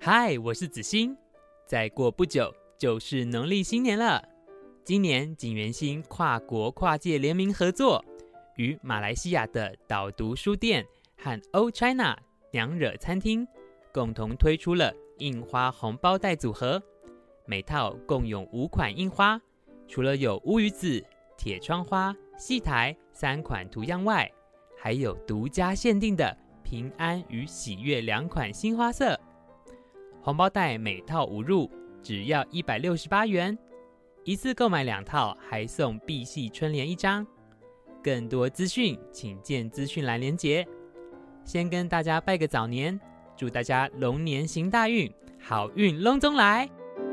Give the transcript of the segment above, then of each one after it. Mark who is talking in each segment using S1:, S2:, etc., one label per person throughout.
S1: 嗨，我是子欣。再过不久就是农历新年了。今年锦源兴跨国跨界联名合作，与马来西亚的导读书店和 Old China 娘惹餐厅共同推出了印花红包袋组合，每套共有5款印花，除了有乌鱼子、铁窗花、戏台3款图样外，还有独家限定的平安与喜悦2款新花色。红包袋每套5入，只要168元，一次购买2套还送碧玺春联1张。更多资讯请见资讯栏连结。先跟大家拜个早年，祝大家龙年行大运，好运隆中来。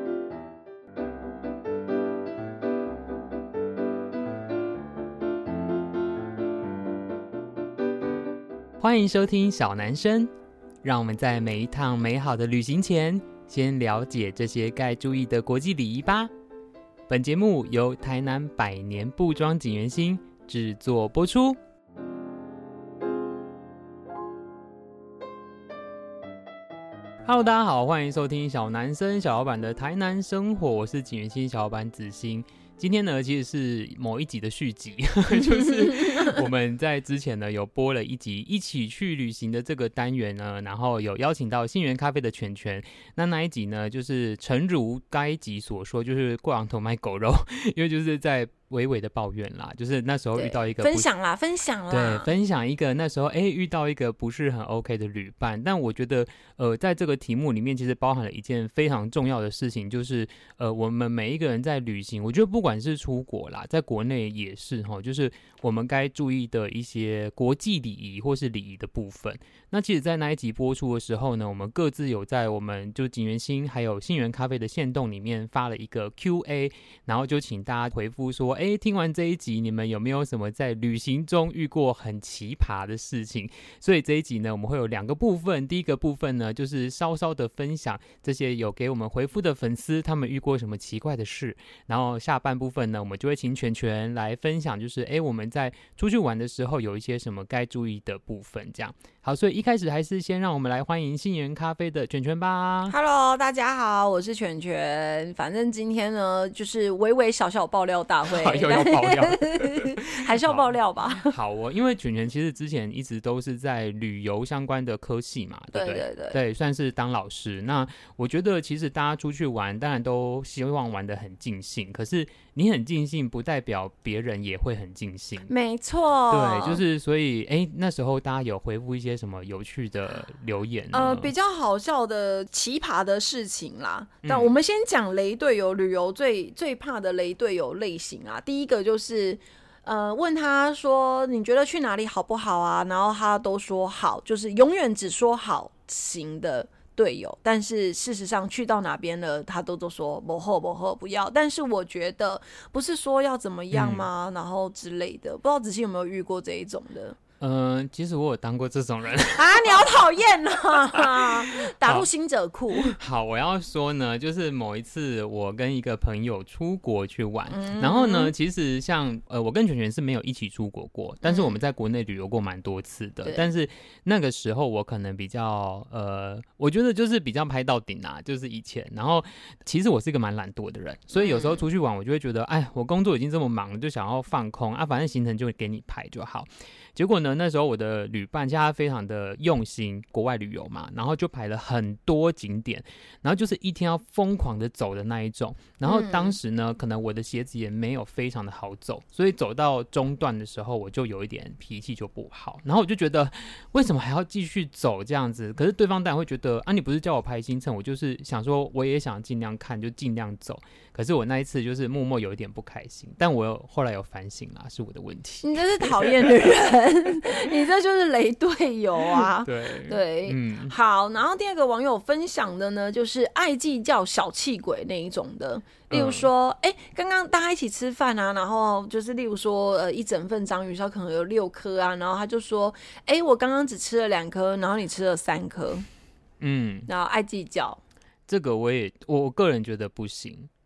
S1: 欢迎收听小男生，让我们在每一趟美好的旅行前，先了解这些该注意的国际礼仪吧。本节目由台南百年布庄锦源兴制作播出。Hello， 大家好，欢迎收听小男生小老板的台南生活，我是锦源兴小老板子欣。今天呢，其实是某一集的续集，就是我们在之前呢有播了一集一起去旅行的这个单元呢，然后有邀请到信源咖啡的全全。那一集呢，就是诚如该集所说，就是过羊头卖狗肉，因为就是在微微的抱怨啦，就是那时候遇到一个
S2: 分享啦，
S1: 对，分享一个那时候遇到一个不是很 OK 的旅伴。但我觉得在这个题目里面其实包含了一件非常重要的事情，就是我们每一个人在旅行，我觉得不管是出国啦，在国内也是就是我们该注意的一些国际礼仪或是礼仪的部分。那其实在那一集播出的时候呢，我们各自有在我们就锦源兴还有信源咖啡的限动里面发了一个 Q&A， 然后就请大家回复说听完这一集你们有没有什么在旅行中遇过很奇葩的事情。所以这一集呢，我们会有2个部分。第一个部分呢，就是稍稍的分享这些有给我们回复的粉丝他们遇过什么奇怪的事，然后下半部分呢，我们就会请全全来分享，就是我们在出去玩的时候有一些什么该注意的部分这样。好，所以一开始还是先让我们来欢迎信源咖啡的全全吧。
S2: Hello， 大家好，我是全全。反正今天呢就是微微小小爆料大会
S1: 又要爆料
S2: 还是要爆料吧。
S1: 好因为全全其实之前一直都是在旅游相关的科系嘛，对不对？对，算是当老师。那我觉得其实大家出去玩当然都希望玩得很尽兴，可是你很尽兴不代表别人也会很尽兴。
S2: 没错，
S1: 对，就是所以那时候大家有回复一些什么有趣的留言呢？
S2: 比较好笑的奇葩的事情啦。但我们先讲雷队友旅游最怕的雷队友类型啊。第一个就是问他说你觉得去哪里好不好啊，然后他都说好，就是永远只说好型的队友，但是事实上去到哪边了他都说不好不要。但是我觉得不是说要怎么样吗，然后之类的。不知道子欣有没有遇过这一种的？
S1: 其实我有当过这种人
S2: 啊，你好讨厌啊！打入心者库。
S1: 好，我要说呢，就是某一次我跟一个朋友出国去玩，然后呢，其实像我跟全全是没有一起出国过，但是我们在国内旅游过蛮多次的。但是那个时候我可能比较我觉得就是比较拍到顶啊，就是以前。然后其实我是一个蛮懒惰的人，所以有时候出去玩我就会觉得，我工作已经这么忙了，就想要放空啊，反正行程就会给你排就好。结果呢，那时候我的旅伴他非常的用心，国外旅游嘛，然后就排了很多景点，然后就是一天要疯狂的走的那一种。然后当时呢，可能我的鞋子也没有非常的好走，所以走到中段的时候，我就有一点脾气就不好。然后我就觉得，为什么还要继续走这样子？可是对方当然会觉得你不是叫我排行程，我就是想说我也想尽量看，就尽量走。可是我那一次就是默默有一点不开心，但我后来有反省啦，是我的问题。
S2: 你这是讨厌的人你这就是雷队友啊。
S1: 对，
S2: 好。然后第2个网友分享的呢，就是爱计较小气鬼那一种的。例如说刚刚大家一起吃饭啊，然后就是例如说一整份章鱼烧可能有6颗啊，然后他就说我刚刚只吃了2颗，然后你吃了3颗。然后爱计较，
S1: 这个我个人觉得不行。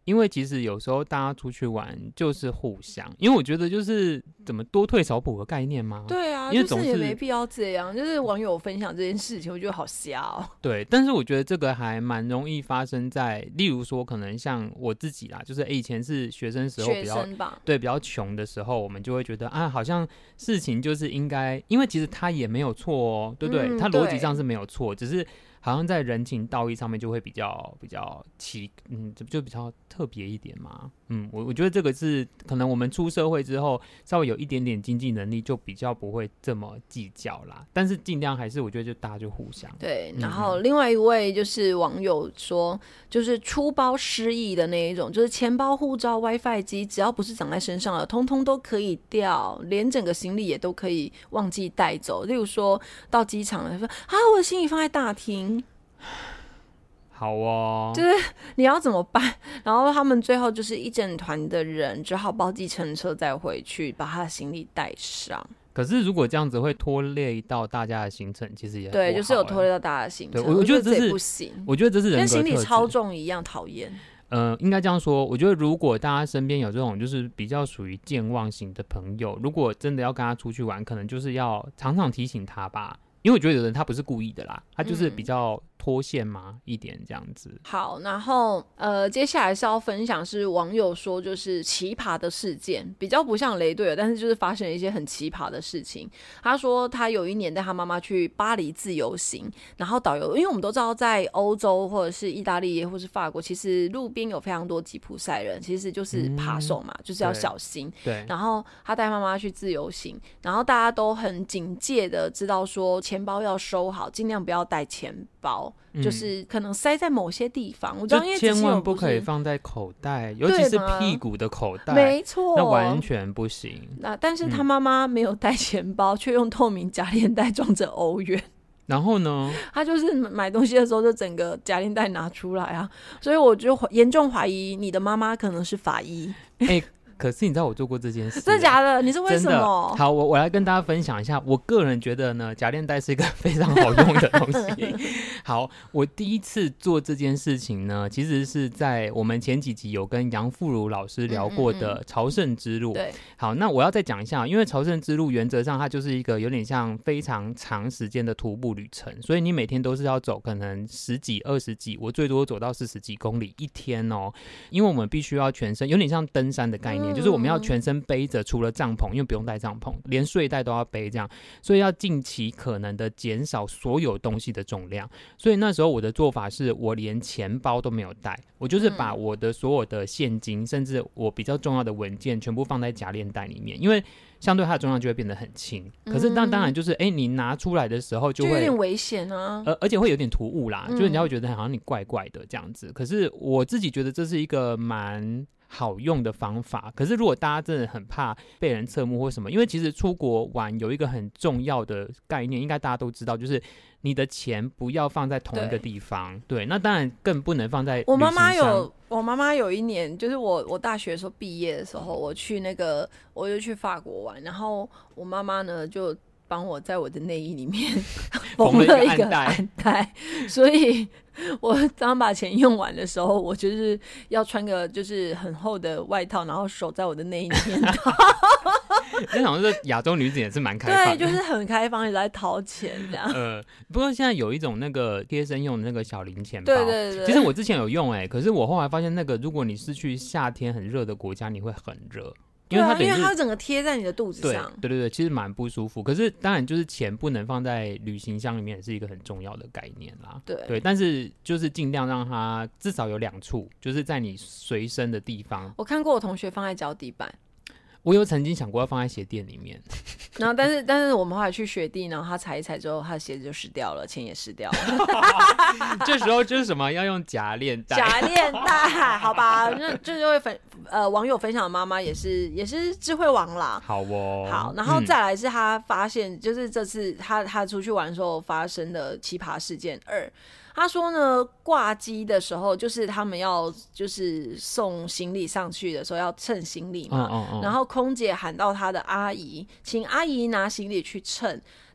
S1: 因为其实有时候大家出去玩就是互相，因为我觉得就是怎么多退少补的概念吗？
S2: 对啊，
S1: 因为
S2: 就是也没必要这样。就是网友分享这件事情，我觉得好瞎哦。
S1: 对，但是我觉得这个还蛮容易发生在，例如说可能像我自己啦，就是以前是学生时候比较对比较穷的时候，我们就会觉得啊，好像事情就是应该，因为其实他也没有错哦，对不对？他逻辑上是没有错，只是好像在人情道义上面就会比较就比较特别一点嘛。我觉得这个是可能我们出社会之后稍微有一点点经济能力，就比较不会这么计较啦。但是尽量还是我觉得就大家就互相
S2: 对。然后另外一位就是网友说，就是出包失忆的那一种，就是钱包、护照、WiFi 机，只要不是长在身上的，通通都可以掉，连整个行李也都可以忘记带走。例如说到机场了，他说啊，我的行李放在大厅。
S1: 好哦，
S2: 就是你要怎么办？然后他们最后就是一整团的人只好包计程车再回去，把他的行李带上。
S1: 可是如果这样子会拖累到大家的行程，其实也
S2: 对，就是有拖累到大家的行程。
S1: 我觉得这是
S2: 不行，
S1: 我觉得这是人格特质，
S2: 跟行李超重一样讨厌。
S1: 应该这样说，我觉得如果大家身边有这种就是比较属于健忘型的朋友，如果真的要跟他出去玩，可能就是要常常提醒他吧。因为我觉得有人他不是故意的啦，他就是比较脱线嘛一点这样子。
S2: 好，然后接下来是要分享是网友说就是奇葩的事件，比较不像雷队友，但是就是发生了一些很奇葩的事情。他说他有一年带他妈妈去巴黎自由行，然后导游因为我们都知道在欧洲或者是意大利或是法国，其实路边有非常多吉普赛人，其实就是扒手嘛，就是要小心。
S1: 对。
S2: 然后他带妈妈去自由行，然后大家都很警戒的知道说钱包要收好，尽量不要带钱包。就是可能塞在某些地方，我知道，因为
S1: 千万不可以放在口袋，尤其是屁股的口袋，
S2: 没错，
S1: 那完全不行。
S2: 但是他妈妈没有带钱包，却用透明夹链袋装着欧元。
S1: 然后呢？
S2: 他就是买东西的时候就整个夹链袋拿出来啊，所以我就严重怀疑你的妈妈可能是法医。
S1: 可是你知道我做过这件事？
S2: 真的假的？你是为什么？
S1: 好，我来跟大家分享一下。我个人觉得呢，夹链袋是一个非常好用的东西。好，我第一次做这件事情呢，其实是在我们前几集有跟杨富如老师聊过的朝圣之路。
S2: 对，
S1: 好，那我要再讲一下，因为朝圣之路原则上它就是一个有点像非常长时间的徒步旅程，所以你每天都是要走可能10几、20几，我最多走到40几公里一天哦。因为我们必须要全身，有点像登山的概念。就是我们要全身背着，除了帐篷，因为不用带帐篷，连睡袋都要背，这样，所以要尽其可能的减少所有东西的重量。所以那时候我的做法是我连钱包都没有带，我就是把我的所有的现金，甚至我比较重要的文件全部放在夹链袋里面，因为相对它的重量就会变得很轻。可是当然就是你拿出来的时候就会
S2: 有点危险啊，
S1: 而且会有点突兀啦，就是人家会觉得好像你怪怪的这样子。可是我自己觉得这是一个蛮好用的方法。可是如果大家真的很怕被人侧目或什么，因为其实出国玩有一个很重要的概念，应该大家都知道，就是你的钱不要放在同一个地方。 对，那当然更不能放在旅行箱。
S2: 我妈妈有一年，就是我大学的时候毕业的时候，我就去法国玩，然后我妈妈呢就帮我在我的内衣里面缝了一个暗袋，所以我当把钱用完的时候，我就是要穿个就是很厚的外套，然后手在我的内衣里面套。
S1: 就好像是亚洲女子也是蛮开放的，
S2: 对，就是很开放，一直在掏钱这样。
S1: 不过现在有一种那个贴身用的那个小零钱包，
S2: 对对对，
S1: 其实我之前有用可是我后来发现那个如果你是去夏天很热的国家，你会很热。因为
S2: 它整个贴在你的肚子上，
S1: 对，其实蛮不舒服。可是当然就是钱不能放在旅行箱里面，也是一个很重要的概念啦。对，但是就是尽量让它至少有2处，就是在你随身的地方。
S2: 我看过我同学放在脚底板，
S1: 我有曾经想过要放在鞋垫里面，
S2: 然后但是我们后来去雪地，然后他踩一踩之后，他的鞋子就湿掉了，钱也湿掉了。
S1: 这时候就是什么要用夹链袋，
S2: 夹链袋，好吧？那就是网友分享的妈妈也是智慧王啦。
S1: 好哦，
S2: 好，然后再来是他发现，就是这次他出去玩的时候发生的奇葩事件2。他说呢，挂机的时候就是他们要就是送行李上去的时候要称行李嘛，然后空姐喊到他的阿姨，请阿姨拿行李去称。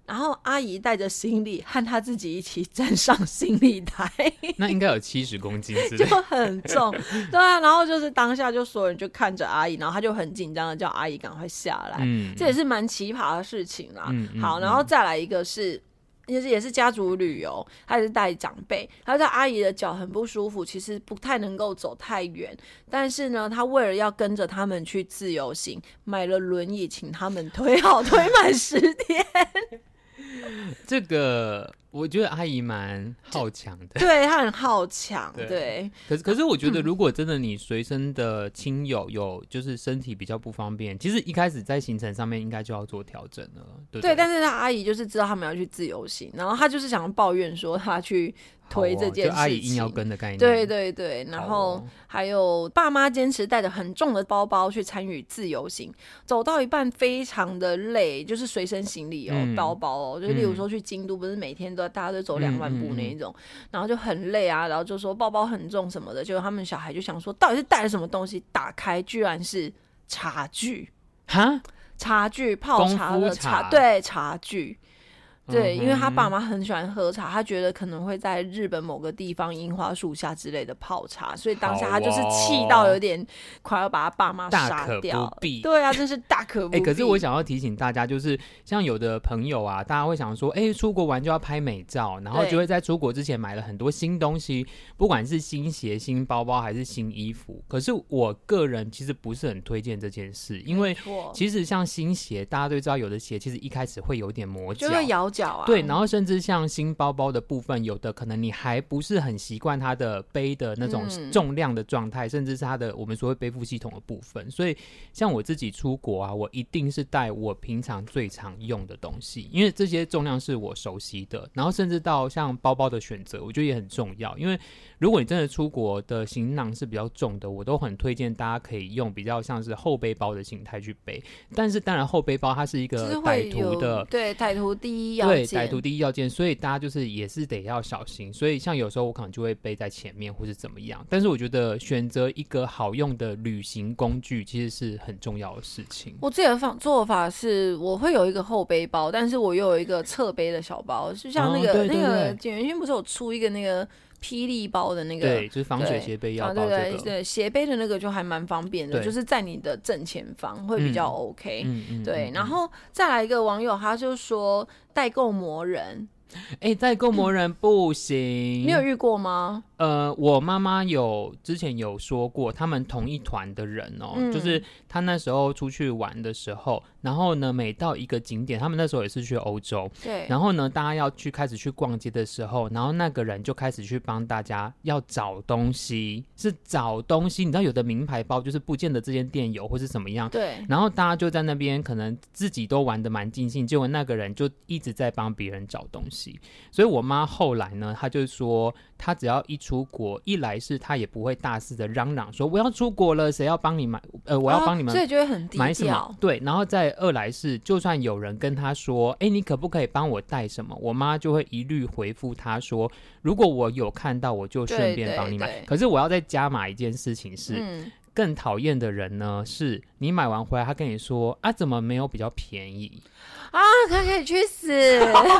S2: 然后阿姨带着行李和她自己一起站上行李台，
S1: 那应该有70公斤之类，
S2: 就很重。对啊，然后就是当下就所有人就看着阿姨，然后她就很紧张的叫阿姨赶快下来。这也是蛮奇葩的事情啦。好，然后再来一个是也是家族旅游，他也是带长辈，他在阿姨的脚很不舒服，其实不太能够走太远，但是呢，他为了要跟着他们去自由行，买了轮椅，请他们推满10天。
S1: 这个我觉得阿姨蛮好强的，
S2: 对，她很好强，对。
S1: 可是我觉得，如果真的你随身的亲友有就是身体比较不方便，其实一开始在行程上面应该就要做调整了，对不对？
S2: 对，但是她阿姨就是知道他们要去自由行，然后她就是想抱怨说她去推这件事情，
S1: 就阿姨硬要跟的概念。
S2: 对对对，然后还有爸妈坚持带着很重的包包去参与自由行，走到一半非常的累，就是随身行李包包就例如说去京都，不是每天大家都走2万步那一种，然后就很累啊，然后就说包包很重什么的，结果他们小孩就想说到底是带了什么东西，打开居然是茶具
S1: 哈，
S2: 茶具泡茶的茶，对，茶具。对，因为他爸妈很喜欢喝茶，他觉得可能会在日本某个地方樱花树下之类的泡茶，所以当下他就是气到有点快要把他爸妈杀掉。
S1: 大可不必。
S2: 对啊，真是大可不必。
S1: 可是我想要提醒大家，就是像有的朋友啊，大家会想说，出国玩就要拍美照，然后就会在出国之前买了很多新东西，不管是新鞋、新包包还是新衣服。可是我个人其实不是很推荐这件事，因为其实像新鞋，大家都知道，有的鞋其实一开始会有点磨脚，
S2: 就会咬脚啊。
S1: 对，然后甚至像新包包的部分，有的可能你还不是很习惯它的背的那种重量的状态，甚至是它的我们所谓背负系统的部分。所以像我自己出国啊，我一定是带我平常最常用的东西，因为这些重量是我熟悉的。然后甚至到像包包的选择，我觉得也很重要，因为如果你真的出国的行囊是比较重的，我都很推荐大家可以用比较像是后背包的形态去背。但是当然后背包它是一个歹徒的，
S2: 对，歹徒第一要件，
S1: 对，歹徒第一要件，所以大家就是也是得要小心。所以像有时候我可能就会背在前面或是怎么样，但是我觉得选择一个好用的旅行工具其实是很重要的事情。
S2: 我自己的做法是，我会有一个后背包，但是我又有一个侧背的小包，就像那个那个简元勋不是有出一个那个霹雳包的那个，
S1: 对，就是防水斜背腰包，
S2: 对，斜背的那个就还蛮方便的，就是在你的正前方会比较 OK。对，然后再来一个网友，他就说代购魔人。
S1: 代购魔人不行，
S2: 你有遇过吗？
S1: 我妈妈之前有说过，他们同一团的人就是他那时候出去玩的时候，然后呢，每到一个景点，他们那时候也是去欧洲，
S2: 对，
S1: 然后呢，大家要开始去逛街的时候，然后那个人就开始去帮大家要找东西，是找东西，你知道有的名牌包就是不见得这间店有或是怎么样，
S2: 对，
S1: 然后大家就在那边可能自己都玩得蛮尽兴，结果那个人就一直在帮别人找东西。所以我妈后来呢，她就说她只要一出国，一来是她也不会大肆的嚷嚷说我要出国了，谁要帮你买我要帮你们，
S2: 所以就会很低调，
S1: 买什么，对，然后再二来是就算有人跟她说你可不可以帮我带什么，我妈就会一律回复她说如果我有看到我就顺便帮你买。可是我要再加码一件事情是更讨厌的人呢，是你买完回来他跟你说怎么没有比较便宜
S2: 啊，他可以去死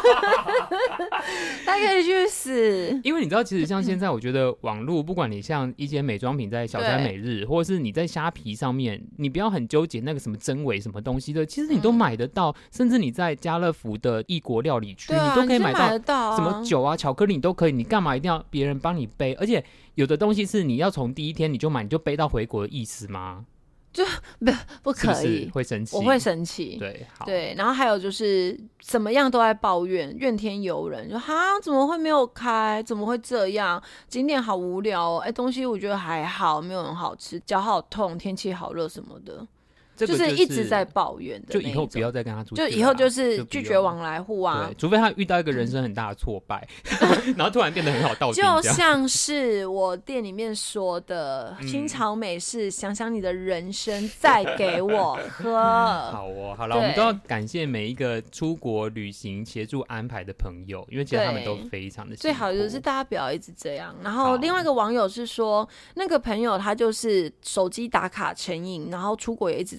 S2: 他可以去死。
S1: 因为你知道其实像现在我觉得网络不管你像一些美妆品在小三美日或者是你在虾皮上面，你不要很纠结那个什么真伪什么东西的，其实你都买得到，甚至你在家乐福的异国料理区你都可以买到什么酒啊巧克力你都可以，你干嘛一定要别人帮你背？而且有的东西是你要从第一天你就买你就背到回国的意思吗？
S2: 就不可以，
S1: 是会生气，
S2: 我会生气。
S1: 对，好，
S2: 对，然后还有就是怎么样都在抱怨，怨天尤人，就怎么会没有开，怎么会这样，景点好无聊东西我觉得还好，没有很好吃，脚好痛，天气好热什么的。就是一直在抱怨的，
S1: 就以后不要再跟他出去了，
S2: 就以后就是拒绝往来户啊。
S1: 对，除非他遇到一个人生很大的挫败，然后突然变得很好道歉。
S2: 就像是我店里面说的，清朝美式，想想你的人生，再给我喝。
S1: 好哦，好了，我们都要感谢每一个出国旅行协助安排的朋友，因为其实他们都非常的辛苦。
S2: 最好就是大家不要一直这样。然后另外一个网友是说，那个朋友他就是手机打卡成瘾，然后出国也一直在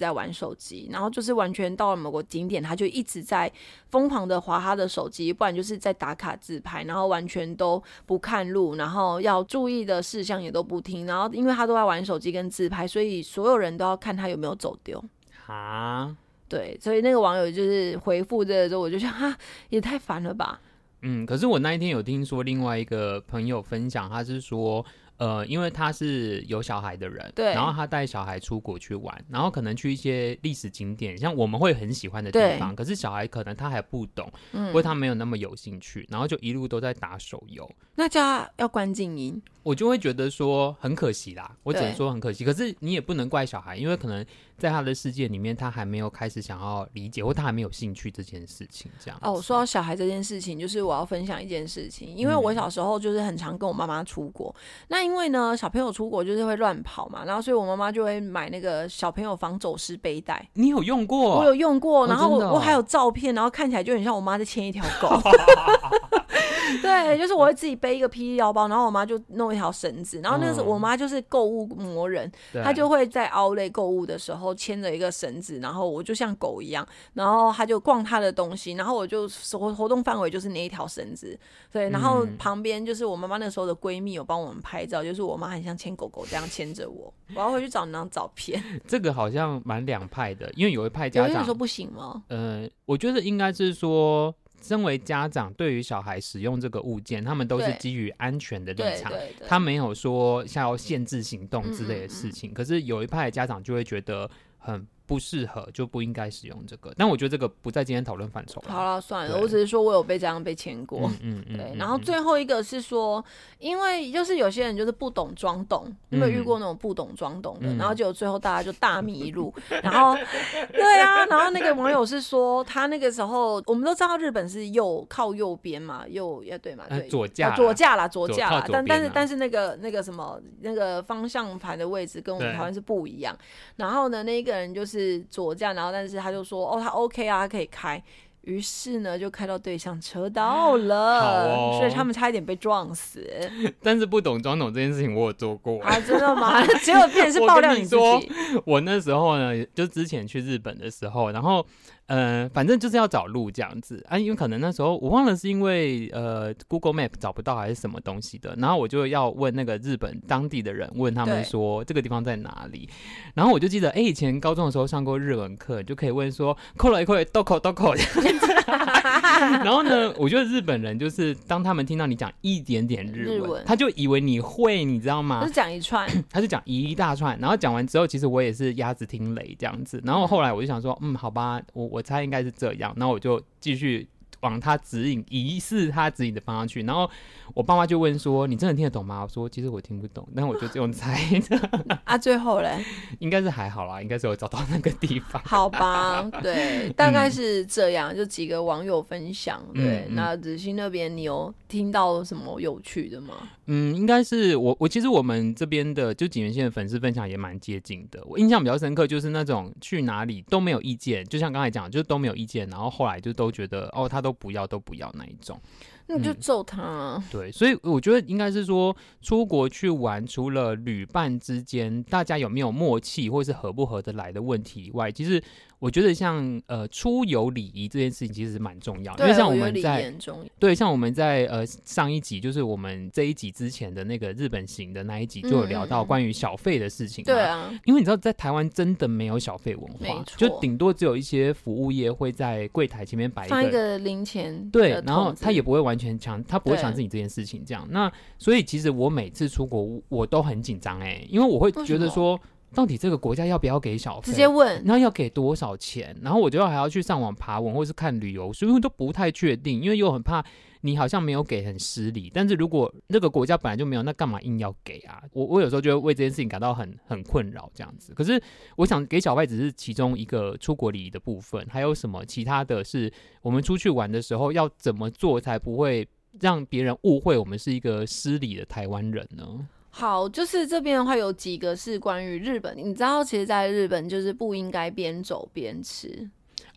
S2: 在玩手机，然后就是完全到了某个景点他就一直在疯狂的滑他的手机，不然就是在打卡自拍，然后完全都不看路，然后要注意的事项也都不听，然后因为他都在玩手机跟自拍，所以所有人都要看他有没有走丢
S1: 哈，
S2: 对，所以那个网友就是回复这个之后，我就想哈，也太烦了吧。
S1: 可是我那一天有听说另外一个朋友分享，他是说因为他是有小孩的人，
S2: 对，
S1: 然后他带小孩出国去玩，然后可能去一些历史景点，像我们会很喜欢的地方，可是小孩可能他还不懂，或者他没有那么有兴趣，然后就一路都在打手游，
S2: 那叫他要关静音，
S1: 我就会觉得说很可惜啦，我只能说很可惜。可是你也不能怪小孩，因为可能在他的世界里面，他还没有开始想要理解，或他还没有兴趣这件事情。这样
S2: 哦，说到小孩这件事情，就是我要分享一件事情，因为我小时候就是很常跟我妈妈出国，那因为呢小朋友出国就是会乱跑嘛，然后所以我妈妈就会买那个小朋友防走失背带。
S1: 你有用过？
S2: 我有用过，然后我还有照片，然后看起来就很像我妈在牵一条狗。对，就是我会自己背一个霹雳腰包，然后我妈就弄一条绳子，然后那个时候我妈就是购物魔人，她就会在outlet购物的时候牵着一个绳子，然后我就像狗一样，然后她就逛她的东西，然后我就活动范围就是那一条绳子，对，然后旁边就是我妈妈那时候的闺蜜有帮我们拍照，就是我妈很像牵狗狗这样牵着我，我要回去找那张照片。
S1: 这个好像蛮两派的，因为有一派家长
S2: 说不行吗？
S1: 我觉得应该是说，身为家长对于小孩使用这个物件，他们都是基于安全的立场，他没有说像要限制行动之类的事情。可是有一派的家长就会觉得很不适合，就不应该使用这个。但我觉得这个不在今天讨论范畴。
S2: 好了，算了，我只是说我有被这样被牵过。对。然后最后一个是说，因为就是有些人就是不懂装懂，有没有遇过那种不懂装懂的？然后结果最后大家就大迷路。然后对啊，然后那个网友是说，他那个时候我们都知道日本是靠右边嘛，对嘛，对，左驾啦。但是那个什么那个方向盘的位置跟我们台湾是不一样。然后呢，那个人就是左驾，然后但是他就说他 OK 啊，他可以开，于是呢就开到对向车道了，所以他们差一点被撞死。
S1: 但是不懂装懂这件事情我有做过
S2: 啊，真的吗？结果变成是爆料你自己。
S1: 我那时候呢，就之前去日本的时候，然后反正就是要找路这样子啊，因为可能那时候我忘了是因为Google Map 找不到还是什么东西的，然后我就要问那个日本当地的人，问他们说这个地方在哪里，然后我就记得以前高中的时候上过日文课，就可以问说これこれどこどこ然后呢，我觉得日本人就是当他们听到你讲一点点日文，他就以为你会，你知道吗？
S2: 他就讲一串，
S1: 他就讲一大串，然后讲完之后，其实我也是鸭子听雷这样子。然后后来我就想说，好吧，我猜应该是这样，然后我就继续往他指引，疑似他指引的方向去。然后我爸妈就问说：“你真的听得懂吗？”我说：“其实我听不懂，但我就用猜的。”
S2: 啊，最后嘞，
S1: 应该是还好啦，应该是有找到那个地方。
S2: 好吧，对，大概是这样，就几个网友分享。对，那子欣那边你有听到什么有趣的吗？
S1: 应该是我其实我们这边的就锦源县的粉丝分享也蛮接近的。我印象比较深刻就是那种去哪里都没有意见，就像刚才讲，就是都没有意见，然后后来就都觉得他都不要那一种。
S2: 那你就揍他
S1: 对，所以我觉得应该是说出国去玩，除了旅伴之间大家有没有默契或是合不合得来的问题以外，其实我觉得像出游礼仪这件事情其实蛮重要的，因为像我们像我们在上一集就是我们这一集之前的那个日本行的那一集就有聊到关于小费的事情嘛。
S2: 对啊，
S1: 因为你知道在台湾真的没有小费文化，就顶多只有一些服务业会在柜台前面摆
S2: 放一个零钱，
S1: 对，然后他也不会完全他不会强制你这件事情这样。那所以其实我每次出国我都很紧张因为我会觉得说到底这个国家要不要给小费，
S2: 直接问，
S1: 然后要给多少钱，然后我就还要去上网爬文或是看旅游书，因为都不太确定，因为又很怕你好像没有给很失礼，但是如果那个国家本来就没有，那干嘛硬要给啊？我有时候就会为这件事情感到很困扰这样子。可是我想给小费只是其中一个出国礼仪的部分，还有什么其他的是我们出去玩的时候要怎么做才不会让别人误会我们是一个失礼的台湾人呢？
S2: 好，就是这边的话有几个是关于日本，你知道其实在日本就是不应该边走边吃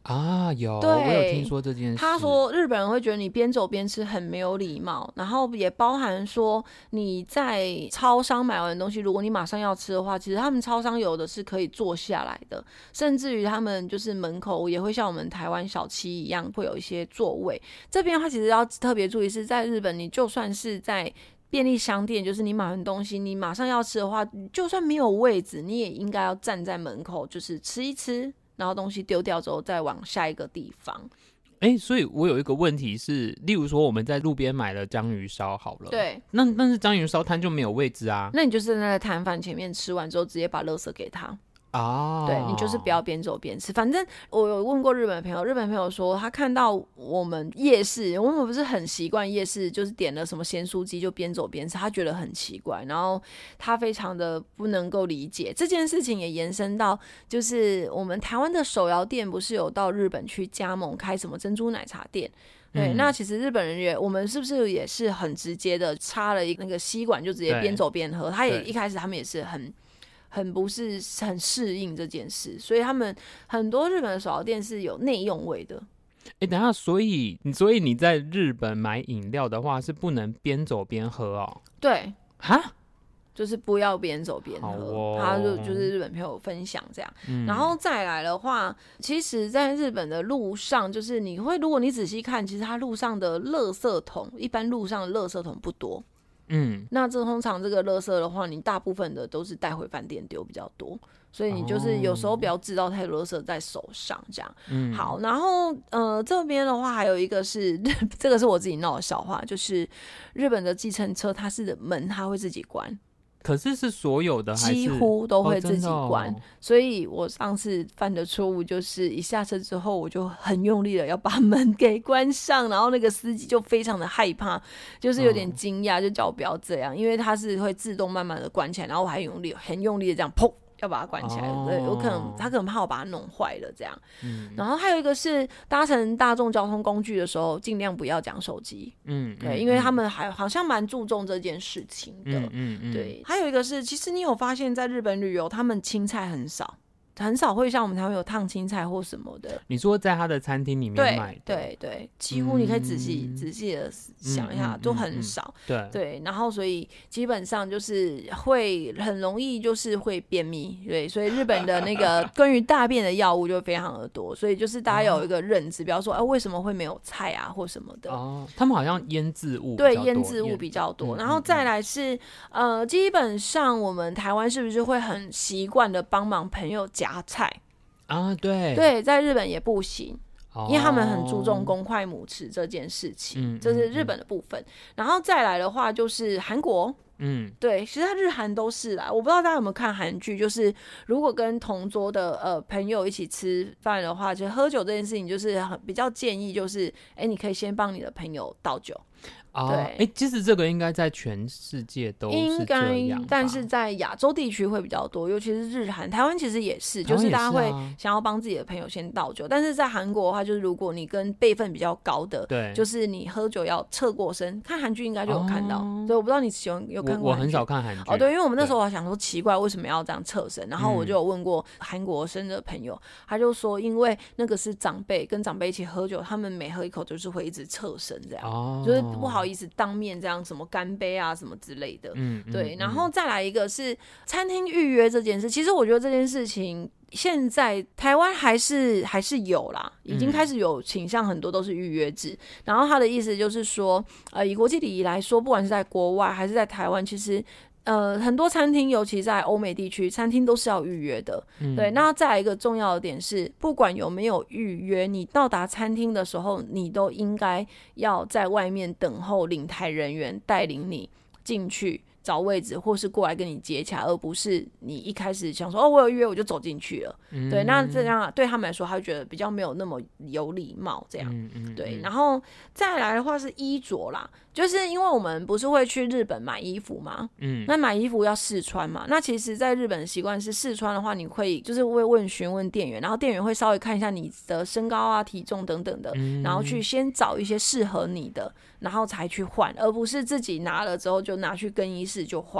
S1: 啊，有，
S2: 对，
S1: 我有听说这件事。
S2: 他说日本人会觉得你边走边吃很没有礼貌，然后也包含说你在超商买完的东西，如果你马上要吃的话，其实他们超商有的是可以坐下来的，甚至于他们就是门口也会像我们台湾小七一样会有一些座位。这边的话其实要特别注意是在日本，你就算是在便利商店，就是你买完东西你马上要吃的话，就算没有位置你也应该要站在门口，就是吃一吃，然后东西丢掉之后再往下一个地方。
S1: 所以我有一个问题是，例如说我们在路边买了章鱼烧好了，
S2: 对，
S1: 但是章鱼烧摊就没有位置啊，
S2: 那你就是站在摊贩前面吃完之后直接把垃圾给他
S1: 啊，
S2: 对，你就是不要边走边吃。反正我有问过日本朋友，日本朋友说他看到我们夜市，我们不是很习惯夜市，就是点了什么咸酥鸡就边走边吃，他觉得很奇怪，然后他非常的不能够理解这件事情，也延伸到就是我们台湾的手摇店不是有到日本去加盟开什么珍珠奶茶店。对，那其实日本人我们是不是也是很直接的插了那个吸管就直接边走边喝？他也一开始他们也是很不是很适应这件事，所以他们很多日本的手摇店是有内用味的。
S1: 等一下，所以你在日本买饮料的话是不能边走边喝哦？
S2: 对，
S1: 哈，
S2: 就是不要边走边喝，他就是日本朋友分享这样。然后再来的话，其实在日本的路上，就是如果你仔细看，其实它路上的垃圾桶，一般路上的垃圾桶不多。那通常这个垃圾的话，你大部分的都是带回饭店丢比较多，所以你就是有时候不要制造太多垃圾在手上这样。好，然后这边的话还有一个是这个是我自己闹的笑话，就是日本的计程车它是门它会自己关。
S1: 可是所有的还是
S2: 几乎都会自己关，所以我上次犯的错误就是一下车之后我就很用力的要把门给关上，然后那个司机就非常的害怕，就是有点惊讶，就叫我不要这样，因为它是会自动慢慢的关起来，然后我还很用力的这样砰要把它关起来，对，他可能怕我把它弄坏了这样。然后还有一个是搭乘大众交通工具的时候，尽量不要讲手机。对，因为他们好像蛮注重这件事情的。对，还有一个是，其实你有发现，在日本旅游，他们青菜很少会像我们台湾有烫青菜或什么的。
S1: 你说在他的餐厅里面买的？
S2: 对，几乎你可以仔细的想一下，都很少。对，然后所以基本上就是会很容易就是会便秘，对，所以日本的那个关于大便的药物就非常的多，所以就是大家有一个认知，比方说为什么会没有菜啊或什么的。
S1: 他们好像腌制物
S2: 对，腌制物比较多。然后再来是基本上我们台湾是不是会很习惯的帮忙朋友夹菜
S1: 啊？
S2: 对，在日本也不行，因为他们很注重公筷母匙这件事情，这是日本的部分。然后再来的话就是韩国，对，其实日韩都是啦。我不知道大家有没有看韩剧，就是如果跟同桌的朋友一起吃饭的话，就喝酒这件事情，就是比较建议，就是你可以先帮你的朋友倒酒。对，
S1: 其实这个应该在全世界都是这样吧，
S2: 但是在亚洲地区会比较多，尤其是日韩，台湾其实也是，就是大家会想要帮自己的朋友先倒酒。但是在韩国的话，就是如果你跟辈分比较高的，对，就是你喝酒要侧过身。看韩剧应该就有看到，所以我不知道你有看过韩剧。
S1: 我很少看韩剧。
S2: 对，因为我们那时候我想说奇怪为什么要这样侧身，然后我就有问过韩国生的朋友，他就说因为那个是长辈跟长辈一起喝酒，他们每喝一口就是会一直侧身这样，就是不好意思当面这样什么干杯啊什么之类的。对，然后再来一个是餐厅预约这件事，其实我觉得这件事情现在台湾还是有啦，已经开始有倾向，很多都是预约制。然后他的意思就是说以国际礼仪来说，不管是在国外还是在台湾，其实很多餐厅，尤其在欧美地区，餐厅都是要预约的。对，那再来一个重要的点是，不管有没有预约，你到达餐厅的时候，你都应该要在外面等候领台人员带领你进去找位置，或是过来跟你接洽，而不是你一开始想说我有预约我就走进去了。对，那这样对他们来说，他会觉得比较没有那么有礼貌这样。对，然后再来的话是衣着啦，就是因为我们不是会去日本买衣服嘛，那买衣服要试穿嘛，那其实在日本的习惯是试穿的话，你会就是会询问店员，然后店员会稍微看一下你的身高啊、体重等等的，然后去先找一些适合你的，然后才去换，而不是自己拿了之后就拿去更衣室就换。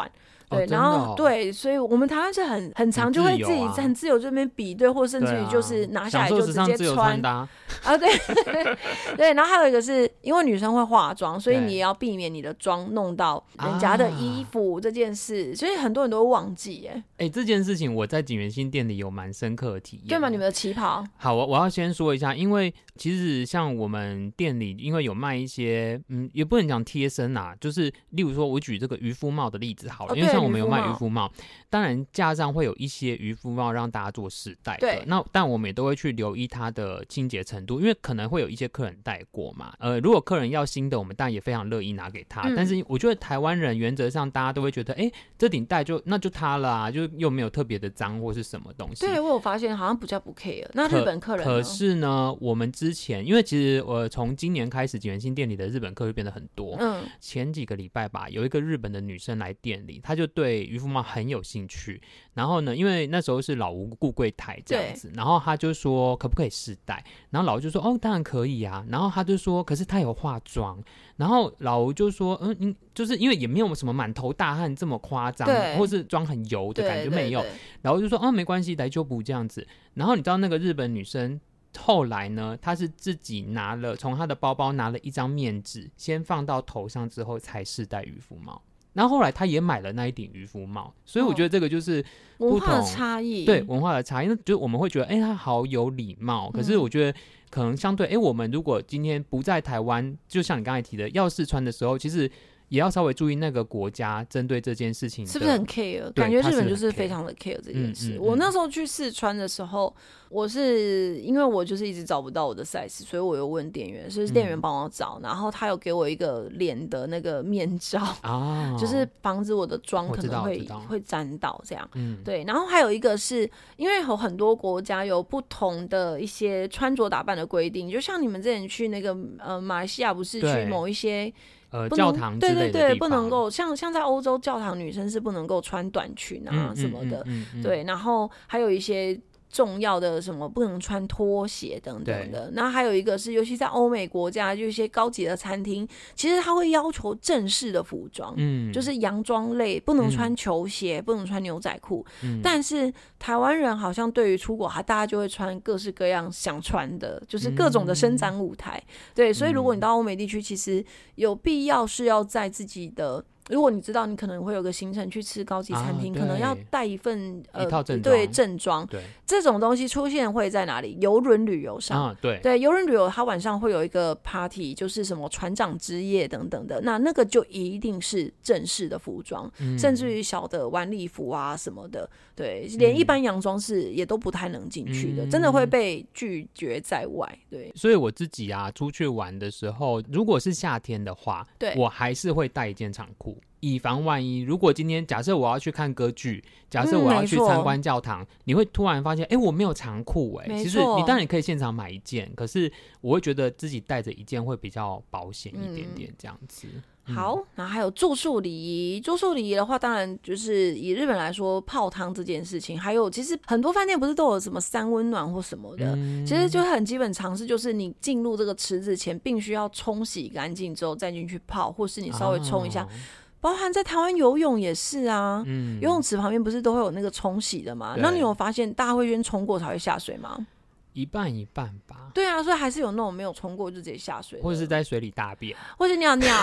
S2: 对，然后对，所以我们台湾是很常就会自己很自由这边比对，或甚至于就是拿下来就直接穿啊，对对，然后还有一个是因为女生会化妆，所以你也要避免你的妆弄到人家的衣服这件事，所以很多人都会忘记
S1: 这件事情我在锦源兴店里有蛮深刻的体验。
S2: 对吗？你们的旗袍？
S1: 好，我要先说一下，因为其实像我们店里，因为有卖一些，也不能讲贴身啊，就是例如说，我举这个渔夫帽的例子好了，因为像我们有卖渔夫帽，当然架上会有一些渔夫帽让大家做试戴的，
S2: 对，
S1: 那但我们也都会去留意它的清洁程度，因为可能会有一些客人戴过嘛，如果客人要新的，我们当然也非常乐意拿给他，但是我觉得台湾人原则上大家都会觉得，这顶戴那就它了啊，就又没有特别的脏或是什么东西。
S2: 对，我有发现好像比较不 care。那日本客人呢？
S1: 可是呢，我们之前因为其实从今年开始，锦源兴店里的日本客就变得很多。前几个礼拜吧，有一个日本的女生来店里，她就对渔夫帽很有兴趣。然后呢，因为那时候是老吴顾柜台这样子，然后她就说可不可以试戴？然后老吴就说当然可以啊。然后她就说可是她有化妆。然后老吴就说就是因为也没有什么满头大汗这么夸张，或是妆很油的感觉没有。老吴就说没关系，来就补这样子。然后你知道那个日本女生后来呢，她是自己从她的包包拿了一张面纸，先放到头上之后才试戴渔夫帽。然后后来她也买了那一顶渔夫帽，所以我觉得这个就是
S2: 文化的差异，
S1: 对文化的差异，就是我们会觉得她好有礼貌，可是我觉得可能相对我们如果今天不在台湾，就像你刚才提的要试穿的时候，其实也要稍微注意那个国家针对这件事情
S2: 是不是很 care， 感觉日本就是非常的 care 这件事。我那时候去试穿的时候，我是因为我就是一直找不到我的 size， 所以我有问店员，是店员帮我找，然后他有给我一个脸的那个面罩就是防止我的妆可能会沾到这样。对，然后还有一个是因为有很多国家有不同的一些穿着打扮的规定，就像你们之前去那个马来西亚不是去某一些
S1: 教堂之类的地方，
S2: 对，不能够像在欧洲教堂女生是不能够穿短裙啊什么的，对，然后还有一些重要的什么不能穿拖鞋等等的。那还有一个是尤其在欧美国家，就一些高级的餐厅，其实他会要求正式的服装，就是洋装类不能穿球鞋，不能穿牛仔裤，但是台湾人好像对于出国大家就会穿各式各样想穿的，就是各种的伸展舞台。对，所以如果你到欧美地区，其实有必要是要在自己的，如果你知道你可能会有个行程去吃高级餐厅，可能要带一份
S1: 一套正装，
S2: 对，正装，对，这种东西出现会在哪里？邮轮旅游上，对，邮轮旅游它晚上会有一个 party， 就是什么船长之夜等等的，那个就一定是正式的服装，甚至于小的晚礼服啊什么的，对，连一般洋装是也都不太能进去的，真的会被拒绝在外。对，
S1: 所以我自己出去玩的时候，如果是夏天的话，对，我还是会带一件长裤，以防万一。如果今天假设我要去看歌剧，假设我要去参观教堂，你会突然发现我没有长裤其实你当然可以现场买一件，可是我会觉得自己带着一件会比较保险一点点这样子。
S2: 好，然后还有住宿礼仪。住宿礼仪的话，当然就是以日本来说，泡汤这件事情，还有其实很多饭店不是都有什么三温暖或什么的，其实就很基本常识，就是你进入这个池子前，必须要冲洗干净之后再进去泡，或是你稍微冲一下。包含在台湾游泳也是啊，游泳池旁边不是都会有那个冲洗的吗？那你有发现大家会先冲过才会下水吗？
S1: 一半一半吧。
S2: 对啊，所以还是有那种没有冲过就直接下水，
S1: 或者是在水里大便，
S2: 或是尿尿，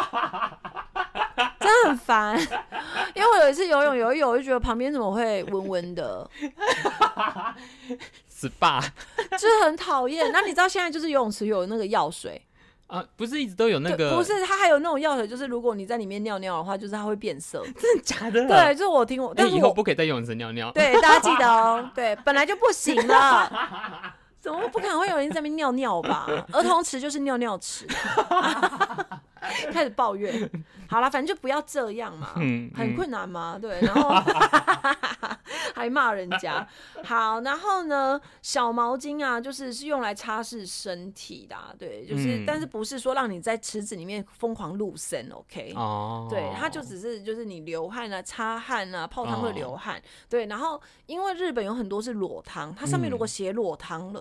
S2: 真的很烦。因为我有一次游泳游一游，我就觉得旁边怎么会温温的
S1: ，SPA
S2: 就是很讨厌。那你知道现在就是游泳池有那个药水。
S1: 不是一直都有那个？
S2: 不是，它还有那种药水，就是如果你在里面尿尿的话，就是它会变色。
S1: 真的假的？
S2: 对，就是我听但是
S1: 以后不可以在游泳池尿尿。
S2: 对，大家记得哦。对，本来就不行了。怎么不可能会有人在那边尿尿吧？儿童池就是尿尿池。开始抱怨，好啦，反正就不要这样嘛，很困难嘛，对，然后还骂人家。好，然后呢，小毛巾啊，是用来擦拭身体的对，就是，但是不是说让你在池子里面疯狂露身 ，OK？ 对，它就只是就是你流汗啊、擦汗啊、泡汤会流汗，对，然后因为日本有很多是裸汤，它上面如果写裸汤了。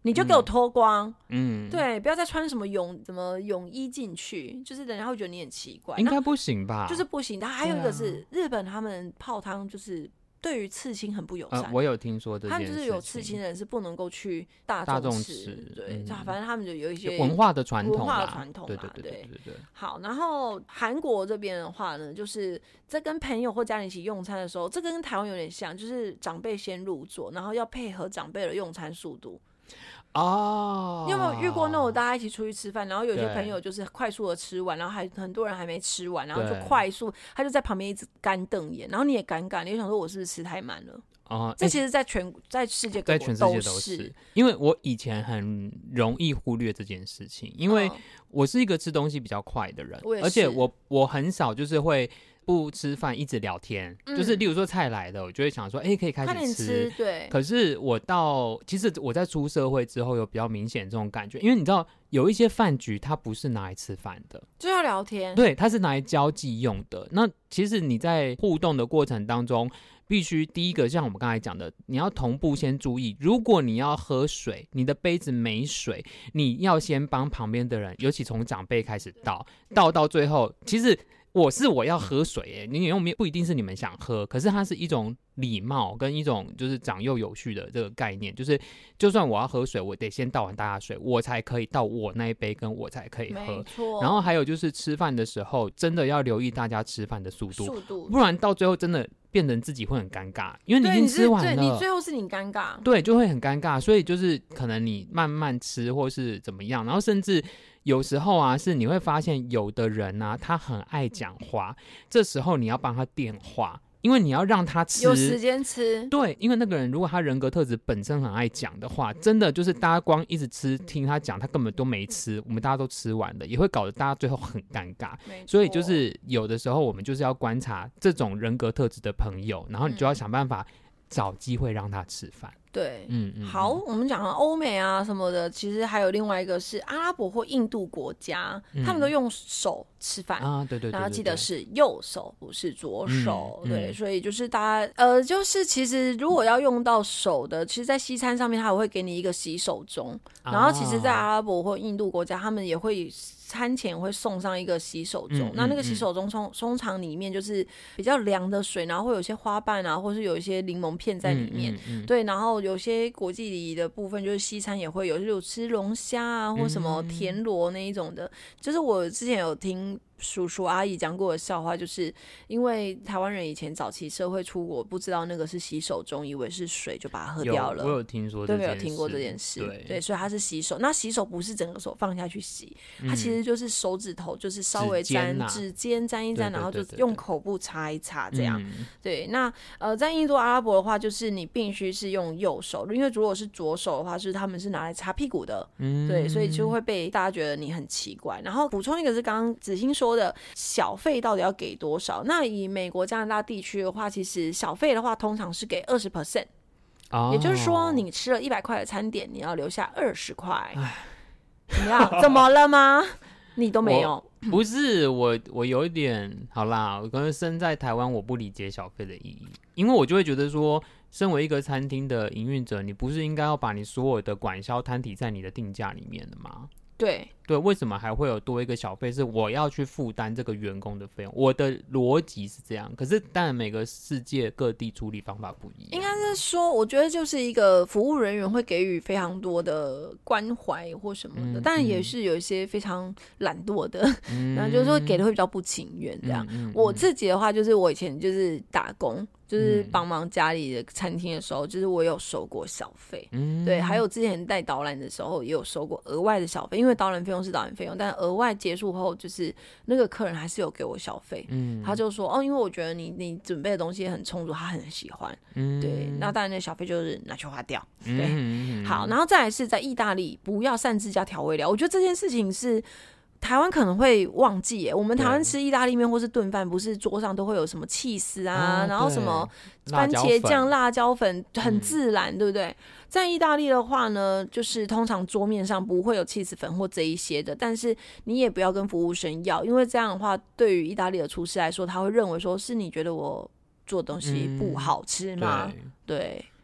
S2: 你就给我脱光，对，不要再穿什么泳衣进去，就是人家会觉得你很奇怪。
S1: 应该不行吧？
S2: 就是不行。还有一个是日本，他们泡汤就是对于刺青很不友善。
S1: 我有听说这件事情，
S2: 他们就是有刺青的人是不能够去大众吃，对，反正他们就有一些
S1: 文化的传统，
S2: 对。好，然后韩国这边的话呢，就是在跟朋友或家人一起用餐的时候，这跟台湾有点像，就是长辈先入座，然后要配合长辈的用餐速度。你有没有遇过那种大家一起出去吃饭，然后有些朋友就是快速的吃完，然后很多人还没吃完，然后就快速，他就在旁边一直干瞪眼，然后你也尴尬，你就想说我是不是吃太慢了？这其实在世界各国都是，
S1: 因为我以前很容易忽略这件事情，因为我是一个吃东西比较快的人，而且我很少就是会不吃饭一直聊天，就是例如说菜来了，我就会想说可以开始吃，
S2: 对。
S1: 可是其实我在出社会之后有比较明显这种感觉，因为你知道有一些饭局它不是拿来吃饭的，
S2: 就要聊天，
S1: 对，它是拿来交际用的。那其实你在互动的过程当中，必须第一个像我们刚才讲的，你要同步先注意，如果你要喝水，你的杯子没水，你要先帮旁边的人，尤其从长辈开始倒到最后，其实我要喝水你不一定是你们想喝，可是它是一种礼貌跟一种就是长幼有序的这个概念，就是就算我要喝水，我得先倒完大家水，我才可以倒我那一杯，跟我才可以喝。
S2: 没错。
S1: 然后还有就是吃饭的时候，真的要留意大家吃饭的速度，不然到最后真的变成自己会很尴尬，因为你已经吃完了，
S2: 对，你最后是你尴尬，
S1: 对，就会很尴尬。所以就是可能你慢慢吃，或是怎么样，然后甚至有时候啊，是你会发现有的人啊，他很爱讲话，这时候你要帮他电话，因为你要让他吃，
S2: 有时间吃。
S1: 对，因为那个人如果他人格特质本身很爱讲的话，真的就是大家光一直吃听他讲，他根本都没吃，我们大家都吃完了，也会搞得大家最后很尴尬。所以就是有的时候我们就是要观察这种人格特质的朋友，然后你就要想办法找机会让他吃饭。
S2: 对，好，我们讲欧美啊什么的，其实还有另外一个是阿拉伯或印度国家，他们都用手吃饭
S1: 啊，对，
S2: 然后记得是右手，不是左手，对，所以就是大家就是其实如果要用到手的，其实，在西餐上面，他也会给你一个洗手盅，然后其实，在阿拉伯或印度国家，他们也会餐前会送上一个洗手盅，那个洗手盅通常里面就是比较凉的水，然后会有一些花瓣啊，或是有一些柠檬片在里面，对，然后有些国际礼仪的部分，就是西餐也会有，就是有吃龙虾啊，或什么田螺那一种的。就是我之前有听叔叔阿姨讲过的笑话，就是因为台湾人以前早期社会出国，不知道那个是洗手盅，以为是水，就把它喝掉了。
S1: 我有听说这件事，
S2: 对，有听过这件事。对，所以它是洗手。那洗手不是整个手放下去洗，它其实就是手指头，就是稍微指尖沾一沾，然后就用口部擦一擦这样。对，那在印度阿拉伯的话，就是你必须是用右手，因为如果是左手的话，是他们是拿来擦屁股的。对，所以就会被大家觉得你很奇怪。然后补充一个是刚刚子欣说的小费到底要给多少？那以美国加拿大地区的话，其实小费的话通常是给20%，也就是说你吃了100块的餐点，你要留下20块。怎么样？怎么了吗？你都没有？
S1: 不是我有一点好啦，我可能身在台湾，我不理解小费的意义，因为我就会觉得说，身为一个餐厅的营运者，你不是应该要把你所有的管销摊提在你的定价里面的吗？对，为什么还会有多一个小费？是我要去负担这个员工的费用。我的逻辑是这样，可是当然每个世界各地处理方法不一样。
S2: 应该是说，我觉得就是一个服务人员会给予非常多的关怀或什么的，当然也是有一些非常懒惰的，然后就是说给的会比较不情愿这样。我自己的话，就是我以前就是打工。就是帮忙家里的餐厅的时候，就是我有收过小费，对，还有之前带导览的时候也有收过额外的小费，因为导览费用是导览费用，但额外结束后，就是那个客人还是有给我小费，他就说因为我觉得你准备的东西很充足，他很喜欢，对，那当然那小费就是拿去花掉，对，好，然后再来是在意大利不要擅自加调味料，我觉得这件事情是。台湾可能会忘记耶，我们台湾吃意大利面或是炖饭，不是桌上都会有什么起司啊，然后什么番茄酱、辣椒粉，很自然，对不对？在意大利的话呢，就是通常桌面上不会有起司粉或这一些的，但是你也不要跟服务生要，因为这样的话，对于意大利的厨师来说，他会认为说是你觉得我做的东西不好吃吗？对。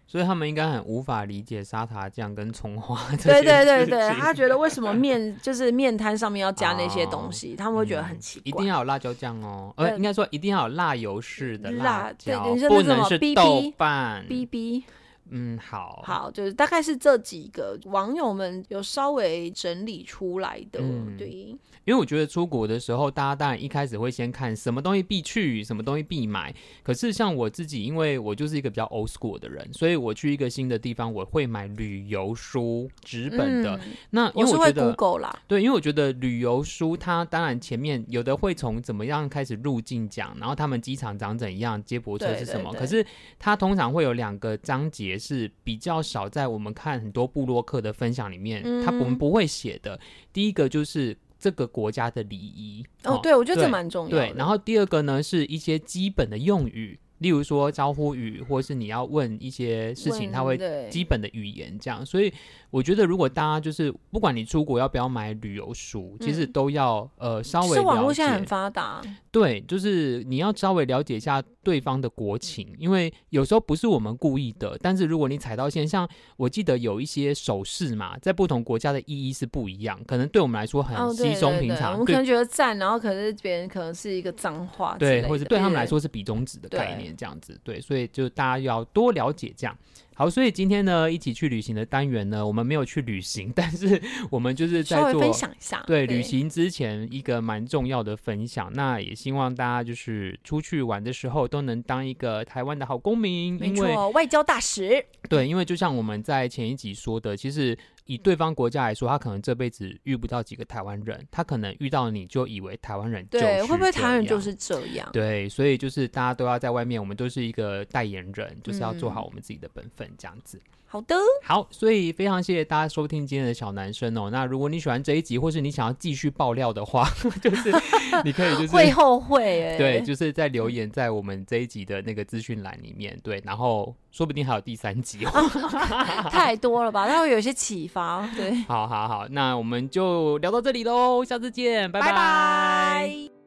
S1: 所以他们应该很无法理解沙茶酱跟葱花
S2: 对对对对，他觉得为什么就是面摊上面要加那些东西，他们会觉得很奇怪。
S1: 一定要有辣椒酱哦，应该说一定要有辣油式的辣椒，
S2: 对，
S1: 不能是豆瓣。
S2: BB。好，就是大概是这几个网友们有稍微整理出来的，对。
S1: 因为我觉得出国的时候，大家当然一开始会先看什么东西必去，什么东西必买。可是像我自己，因为我就是一个比较 old school 的人，所以我去一个新的地方，我会买旅游书，纸本的。那因为我觉得
S2: 我是会 Google 啦，
S1: 对，因为我觉得旅游书它当然前面有的会从怎么样开始入境讲，然后他们机场长怎样，接驳车是什么。可是它通常会有2个章节是比较少在我们看很多部落客的分享里面，我们不会写的。第一个就是这个国家的礼仪
S2: 对，我觉得这蛮重要的。
S1: 对，然后第2个呢是一些基本的用语，例如说招呼语，或是你要问一些事情，它会基本的语言这样。所以我觉得如果大家就是不管你出国要不要买旅游书，其实都要稍微了解。
S2: 是网络现在很发达，
S1: 对，就是你要稍微了解一下对方的国情，因为有时候不是我们故意的，但是如果你踩到线，像我记得有一些手势嘛，在不同国家的意义是不一样，可能对我们来说很稀松平常，
S2: 我们可能觉得赞，然后可是别人可能是一个脏话之类的，
S1: 对，或者对他们来说是比中指的概念这样子，对，所以就大家要多了解这样。好，所以今天呢，一起去旅行的单元呢，我们没有去旅行，但是我们就是在做
S2: 稍微分享一下，
S1: 对旅行之前一个蛮重要的分享。那也希望大家就是出去玩的时候都能当一个台湾的好公民，
S2: 没错，外交大使。
S1: 对，因为就像我们在前一集说的，其实以对方国家来说，他可能这辈子遇不到几个台湾人，他可能遇到你就以为台湾人就是这样，
S2: 对，会不会台湾人就是这样？
S1: 对，所以就是大家都要在外面，我们都是一个代言人，就是要做好我们自己的本分，这样子。
S2: 好的，
S1: 好，所以非常谢谢大家收听今天的小男生哦。那如果你喜欢这一集，或是你想要继续爆料的话，就是你可以就是
S2: 会后悔
S1: 对，就是在留言在我们这一集的那个资讯栏里面，对，然后说不定还有第3集哦，
S2: 太多了吧？它会有一些启发，对。
S1: 好，那我们就聊到这里喽，下次见，拜拜。